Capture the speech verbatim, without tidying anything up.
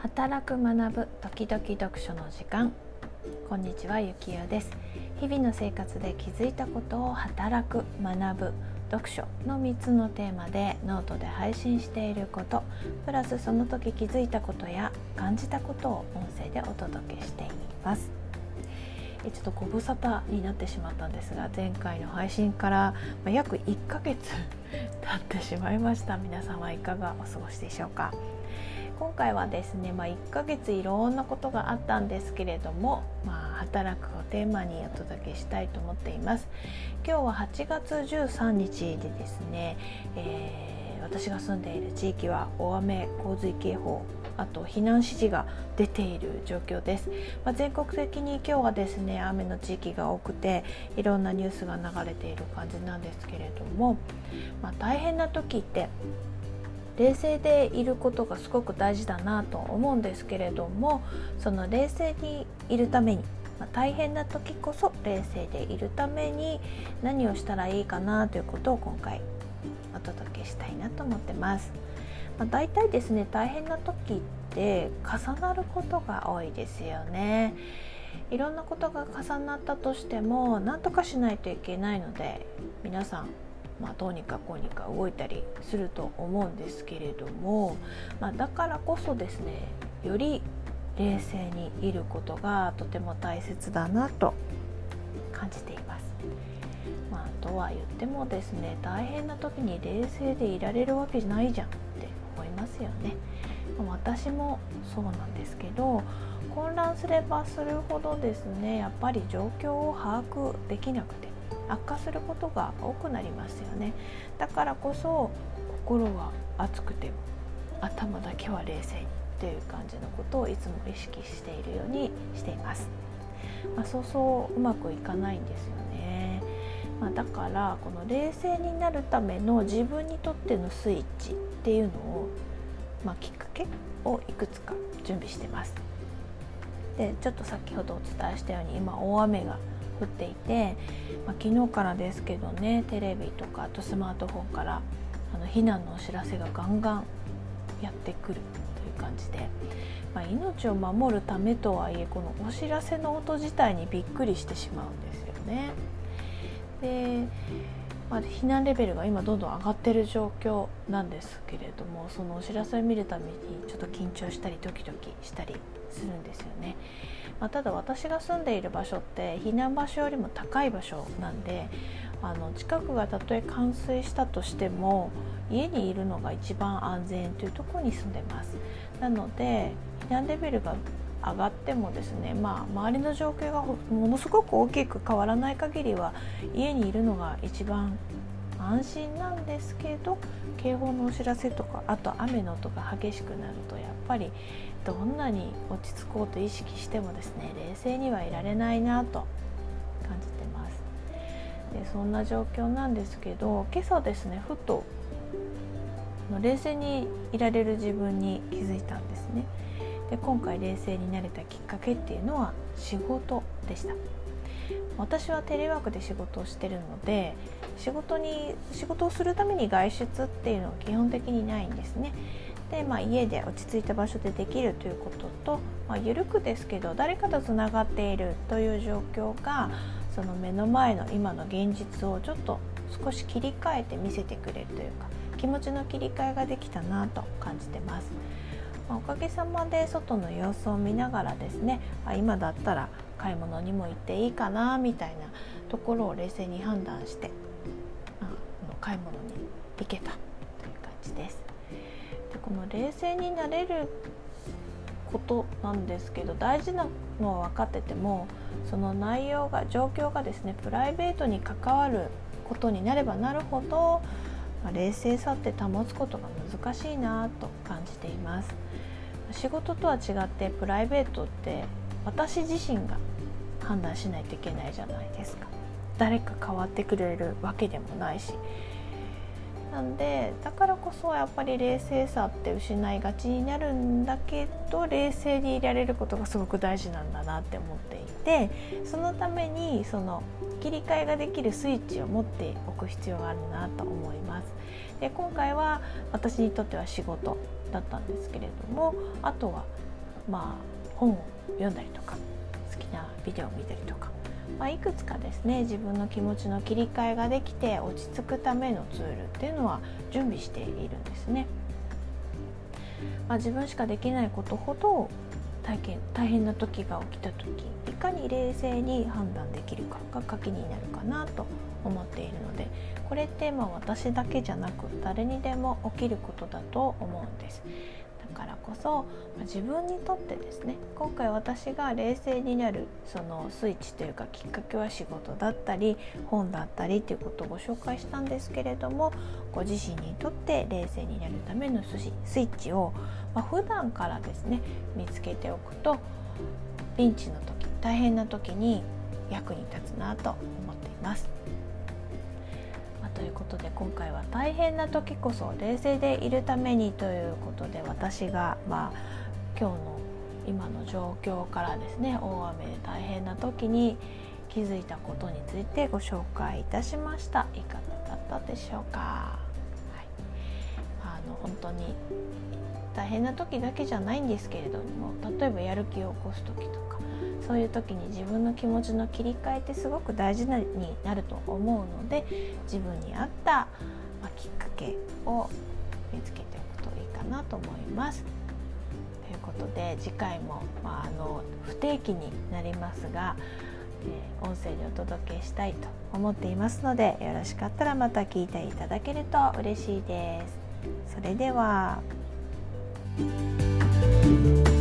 働く学ぶ時々読書の時間。こんにちは、ゆきよです。日々の生活で気づいたことを働く、学ぶ、読書のみっつのテーマでノートで配信していること、プラスその時気づいたことや感じたことを音声でお届けしています。ちょっとご無沙汰になってしまったんですが、前回の配信から約いっかげつ経ってしまいました。皆さんはいかがお過ごしでしょうか。今回はですね、まあ、いっかげついろんなことがあったんですけれども、まあ、働くをテーマにお届けしたいと思っています。今日ははちがつじゅうさんにちでですね、えー、私が住んでいる地域は大雨洪水警報、あと避難指示が出ている状況です。まあ、全国的に今日はですね、雨の地域が多くていろんなニュースが流れている感じなんですけれども、まあ、大変な時って冷静でいることがすごく大事だなと思うんですけれども、その冷静にいるために、まあ、大変な時こそ冷静でいるために何をしたらいいかなということを今回お届けしたいなと思ってます。まあ、大体ですね、大変な時って重なることが多いですよね。いろんなことが重なったとしても何とかしないといけないので、皆さんまあ、どうにかこうにか動いたりすると思うんですけれども、まあ、だからこそですね、より冷静にいることがとても大切だなと感じています。まあ、とは言ってもですね、大変な時に冷静でいられるわけじゃないじゃんって思いますよね。私もそうなんですけど、混乱すればするほどですね、やっぱり状況を把握できなくて悪化することが多くなりますよね。だからこそ心は熱くても頭だけは冷静にという感じのことをいつも意識しているようにしています。まあ、そうそううまくいかないんですよね。まあ、だからこの冷静になるための自分にとってのスイッチっていうのを、まあ、きっかけをいくつか準備してます。で、ちょっと先ほどお伝えしたように今大雨が降っていて、まあ、昨日からですけどね、テレビとかあとスマートフォンからあの避難のお知らせがガンガンやってくるという感じで、まあ、命を守るためとはいえこのお知らせの音自体にびっくりしてしまうんですよね。で、まあ、避難レベルが今どんどん上がっている状況なんですけれども、そのお知らせを見るためにちょっと緊張したりドキドキしたりするんですよね。まあ、ただ私が住んでいる場所って避難場所よりも高い場所なんで、あの近くがたとえ冠水したとしても家にいるのが一番安全というところに住んでます。なので避難レベルが上がってもですね、まあ、周りの状況がものすごく大きく変わらない限りは家にいるのが一番安心なんですけど、警報のお知らせとかあと雨の音が激しくなるとやっぱりどんなに落ち着こうと意識してもですね、冷静にはいられないなと感じてます。で、そんな状況なんですけど、今朝ですね、ふと冷静にいられる自分に気づいたんですね。で、今回冷静になれたきっかけっていうのは仕事でした。私はテレワークで仕事をしているので、仕事に仕事をするために外出っていうのは基本的にないんですね。で、まあ、家で落ち着いた場所でできるということと、まあ、緩くですけど誰かとつながっているという状況がその目の前の今の現実をちょっと少し切り替えて見せてくれるというか、気持ちの切り替えができたなと感じてます。まあ、おかげさまで外の様子を見ながらですね、あ、今だったら買い物にも行っていいかなみたいなところを冷静に判断して、あの買い物に行けたという感じです。で、この冷静になれることなんですけど、大事なのは分かってても、その内容が状況がですねプライベートに関わることになればなるほど、まあ、冷静さって保つことが難しいなと感じています。仕事とは違ってプライベートって私自身が判断しないといけないじゃないですか。誰か変わってくれるわけでもないし、なんでだからこそやっぱり冷静さって失いがちになるんだけど、冷静にいられることがすごく大事なんだなって思っていて、そのためにその切り替えができるスイッチを持っておく必要があるなと思います。で、今回は私にとっては仕事だったんですけれども、あとはまあ、本を読んだりとか好きなビデオを見たりとか、まあ、いくつかですね自分の気持ちの切り替えができて落ち着くためのツールっていうのは準備しているんですね。まあ、自分しかできないことほど大変、大変な時が起きた時いかに冷静に判断できるかが鍵になるかなと思っているので、これってまあ私だけじゃなく誰にでも起きることだと思うんです。だからこそ、まあ、自分にとってですね、今回私が冷静になるそのスイッチというかきっかけは仕事だったり本だったりということをご紹介したんですけれども、ご自身にとって冷静になるためのスイッチを、まあ、普段からですね見つけておくとピンチの時、大変な時に役に立つなと思っています。ということで今回は大変な時こそ冷静でいるためにということで、私がまあ今日の今の状況からですね、大雨で大変な時に気づいたことについてご紹介いたしました。いかがだったでしょうか。はい、あの本当に大変な時だけじゃないんですけれども、例えばやる気を起こす時とかそういう時に自分の気持ちの切り替えってすごく大事になると思うので、自分に合った、まあ、きっかけを見つけておくといいかなと思います。ということで次回も、まあ、あの不定期になりますが、えー、音声でお届けしたいと思っていますので、よろしかったらまた聞いていただけると嬉しいです。それでは。